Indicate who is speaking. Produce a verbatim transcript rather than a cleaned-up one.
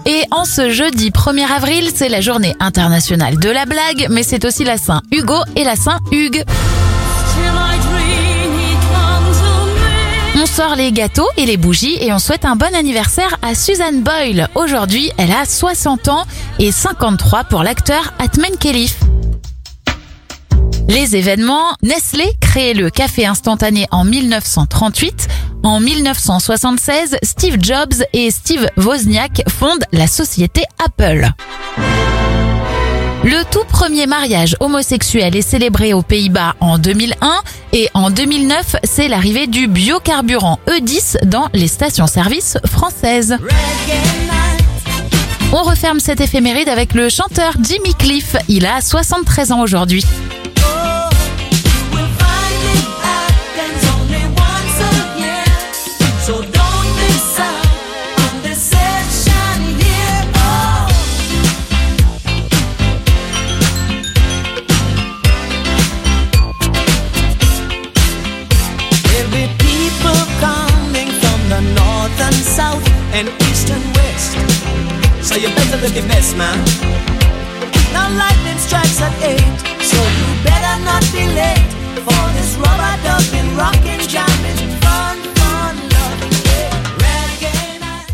Speaker 1: Et en ce jeudi premier avril, c'est la journée internationale de la blague, mais c'est aussi la Saint-Hugo et la Saint-Hugues. On sort les gâteaux et les bougies et on souhaite un bon anniversaire à Suzanne Boyle. Aujourd'hui, elle a soixante ans et cinquante-trois pour l'acteur Atmen Khelif. Les événements, Nestlé crée le café instantané en mille neuf cent trente-huit. En mille neuf cent soixante-seize, Steve Jobs et Steve Wozniak fondent la société Apple. Le tout premier mariage homosexuel est célébré aux Pays-Bas en deux mille un et en deux mille neuf, c'est l'arrivée du biocarburant E dix dans les stations-service françaises. On referme cette éphéméride avec le chanteur Jimmy Cliff. Il a soixante-treize ans aujourd'hui.
Speaker 2: South and east and west, so you better live your best, man. Now lightning strikes at eight, so you better